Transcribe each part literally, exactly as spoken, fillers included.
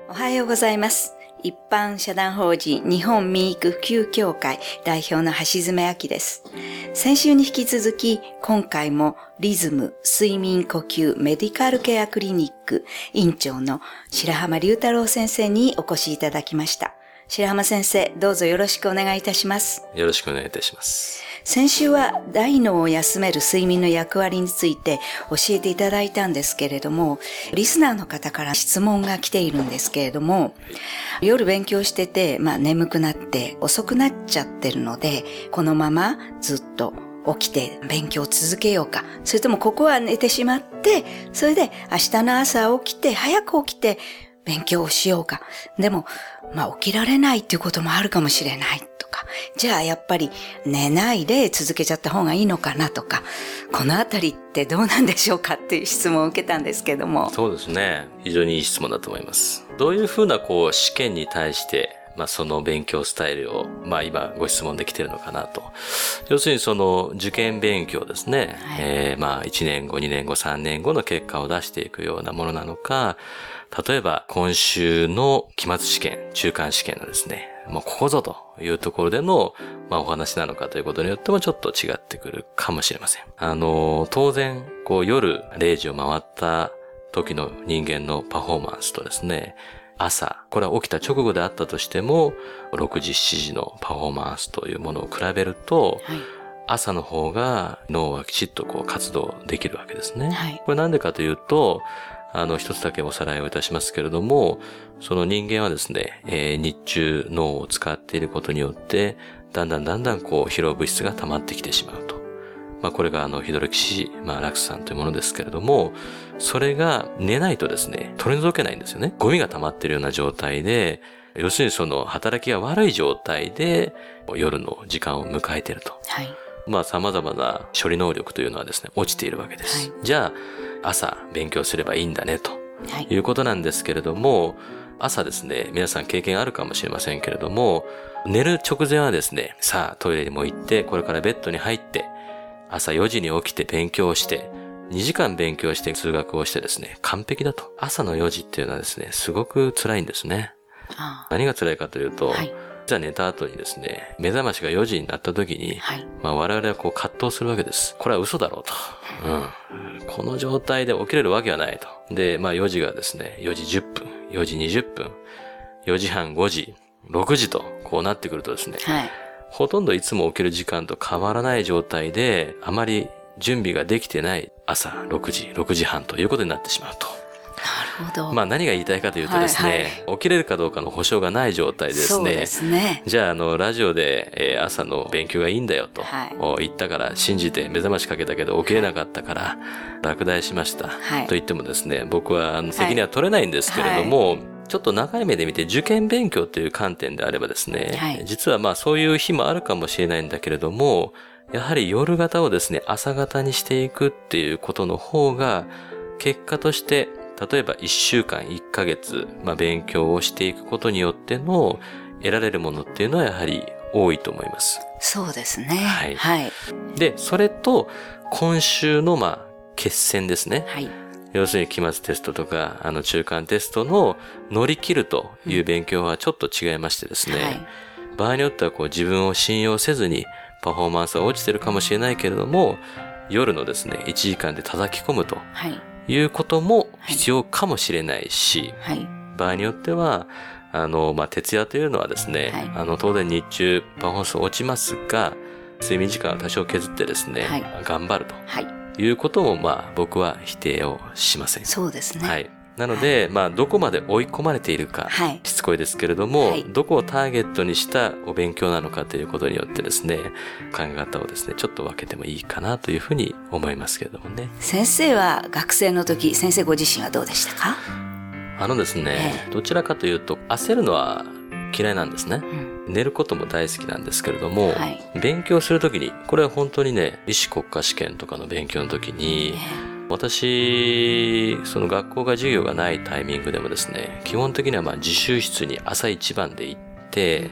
おはようございます。一般社団法人日本民育普及協会代表の橋爪亜希です。先週に引き続き、今回もリズム睡眠呼吸メディカルケアクリニック院長の白浜隆太郎先生にお越しいただきました。白浜先生、どうぞよろしくお願いいたします。 よろしくお願いいたします。 先週は大脳を休める睡眠の役割について教えていただいたんですけれども、リスナーの方から質問が来ているんですけれども、夜勉強してて、まあ眠くなって遅くなっちゃってるので、このままずっと起きて勉強を続けようか、それともここは寝てしまって、それで明日の朝起きて、早く起きて勉強をしようか。でも、まあ起きられないっていうこともあるかもしれないとか、じゃあやっぱり寝ないで続けちゃった方がいいのかなとか、このあたりってどうなんでしょうかっていう質問を受けたんですけども。 そうですね。非常にいい質問だと思います。どういうふうなこう試験に対して、まあその勉強スタイルを、まあ今ご質問できているのかなと。要するにその受験勉強ですね。はい、えー、まあいちねんご、にねんご、さんねんごの結果を出していくようなものなのか、例えば今週の期末試験、中間試験のですね、もうここぞというところでの、まあお話なのかということによってもちょっと違ってくるかもしれません。あの、当然、こう夜れいじを回った時の人間のパフォーマンスとですね、朝、これは起きた直後であったとしても、ろくじ、しちじのパフォーマンスというものを比べると、はい、朝の方が脳はきちっとこう活動できるわけですね。はい、これなんでかというと、あの、一つだけおさらいをいたしますけれども、その人間はですね、えー、日中脳を使っていることによって、だんだんだんだんこう疲労物質が溜まってきてしまうと。まあこれがあのヒドロキシ、まあラク酸というものですけれども、それが寝ないとですね、取り除けないんですよね。ゴミが溜まっているような状態で、要するにその働きが悪い状態で夜の時間を迎えていると。はい。まあ様々な処理能力というのはですね、落ちているわけです。はい、じゃあ、朝勉強すればいいんだねと、はい、いうことなんですけれども、朝ですね、皆さん経験あるかもしれませんけれども、寝る直前はですね、さあトイレにも行って、これからベッドに入って、朝よじに起きて勉強をして、にじかん勉強して通学をしてですね、完璧だと。朝のよじっていうのはですね、すごく辛いんですね。ああ、何が辛いかというと、はい、じゃあ寝た後にですね、目覚ましがよじになった時に、はい、まあ我々はこう葛藤するわけです。これは嘘だろうと。うん。この状態で起きれるわけはないと。で、まあよじがですね、よじじゅっぷん、よじにじゅっぷん、よじはん、ごじ、ろくじとこうなってくるとですね、はい、ほとんどいつも起きる時間と変わらない状態で、あまり準備ができてない朝ろくじ、ろくじはんということになってしまうと。 なるほど。 まあ何が言いたいかというとですね、はいはい、起きれるかどうかの保証がない状態でですね、 そうですね。 じゃああのラジオで、えー、朝の勉強がいいんだよと、はい、言ったから信じて目覚ましかけたけど起きれなかったから落第しました、はい、と言ってもですね、僕はあの責任は取れないんですけれども、はいはい、ちょっと長い目で見て受験勉強という観点であればですね、はい、実はまあそういう日もあるかもしれないんだけれども、やはり夜型をですね、朝型にしていくっていうことの方が結果として例えばいっしゅうかん、いっかげつ、まあ、勉強をしていくことによっての得られるものっていうのはやはり多いと思います。 そうですね。 はい。はい、で、それと今週のまあ決戦ですね。はい。要するに期末テストとかあの中間テストの乗り切るという勉強はちょっと違いましてですね。うん、はい、場合によってはこう自分を信用せずにパフォーマンスが落ちてるかもしれないけれども、夜のですねいちじかんで叩き込むと。はい。いうことも必要かもしれないし、はい、場合によっては、あの、まあ、徹夜というのはですね、はい、あの、当然日中パフォーマンス落ちますが、睡眠時間を多少削ってですね、はい、頑張ると、はい、いうことも、まあ、僕は否定をしません。 そうですね。 はい。なので、はい、まあ、どこまで追い込まれているか、はい、しつこいですけれども、はい、どこをターゲットにしたお勉強なのかということによってですね、考え方をですね、ちょっと分けてもいいかなというふうに思いますけれどもね。 先生は学生の時、先生ご自身はどうでしたか？ あのですね、えー、どちらかというと、焦るのは嫌いなんですね。うん、寝ることも大好きなんですけれども、はい、勉強するときに、これは本当にね、医師国家試験とかの勉強のときに、えー私、その学校が授業がないタイミングでもですね、基本的にはまあ自習室に朝一番で行って、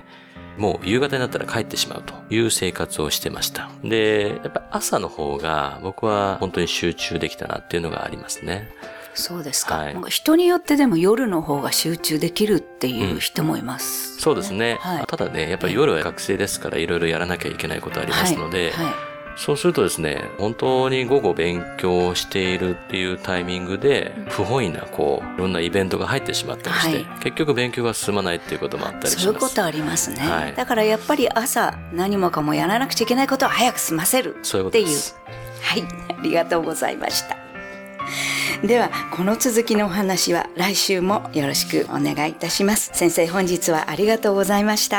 もう夕方になったら帰ってしまうという生活をしてました。で、やっぱ朝の方が僕は本当に集中できたなっていうのがありますね。 そうですか。 はい、 なんか人によってでも夜の方が集中できるっていう人もいます、 うん、そうですね、 はい、 ただねやっぱり夜は学生ですからいろいろやらなきゃいけないことありますので、はいはい、そうするとですね本当に午後勉強しているっていうタイミングで不本意なこういろんなイベントが入ってしまったりして、はい、結局勉強が進まないっていうこともあったりします。 そういうことありますね、 はい、 だからやっぱり朝何もかもやらなくちゃいけないことは早く済ませるっていう、 そういうことです。 はい、ありがとうございました。ではこの続きのお話は来週もよろしくお願いいたします。先生、本日はありがとうございました。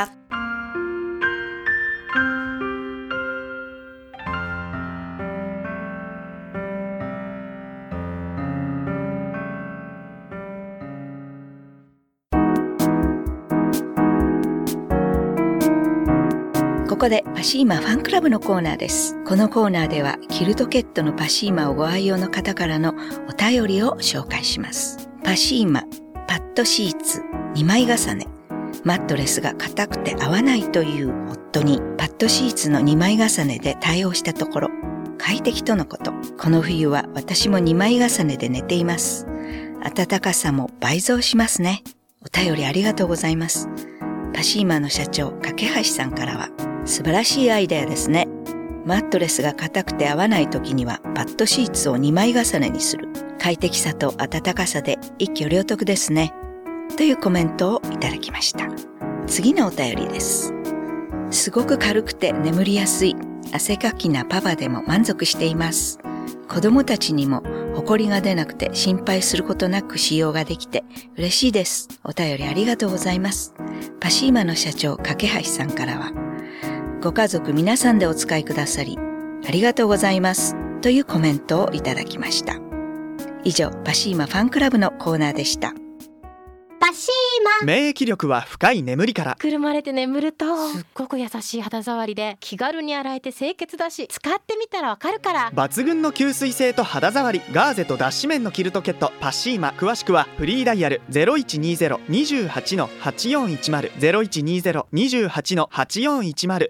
ここでパシーマファンクラブのコーナーです。このコーナーではキルトケットのパシーマをご愛用の方からのお便りを紹介します。パシーマパッドシーツにまい重ね、マットレスが硬くて合わないという夫にパッドシーツのにまい重ねで対応したところ快適とのこと。この冬は私もにまい重ねで寝ています。暖かさも倍増しますね。お便りありがとうございます。パシーマの社長架橋さんからは、素晴らしいアイデアですね。マットレスが硬くて合わない時にはパッドシーツをにまい重ねにする。快適さと暖かさで一挙両得ですね。というコメントをいただきました。次のお便りです。すごく軽くて眠りやすい汗かきなパパでも満足しています。子供たちにもほこりが出なくて心配することなく使用ができて嬉しいです。お便りありがとうございます。パシーマの社長架橋さんからは、ご家族皆さんでお使いくださりありがとうございますというコメントをいただきました。以上、パシーマファンクラブのコーナーでした。 パシーマ。 免疫力は深い眠りから。 くるまれて眠るとすっごく優しい肌触りで気軽に洗えて清潔だし、使ってみたらわかるから。 抜群の吸水性と肌触り、ガーゼと脱脂綿のキルトケットパシーマ。詳しくはフリーダイヤル ゼロいちにゼロ にじゅうはちのはちよんいちゼロ ゼロいちにゼロ にじゅうはちのはちよんいちゼロ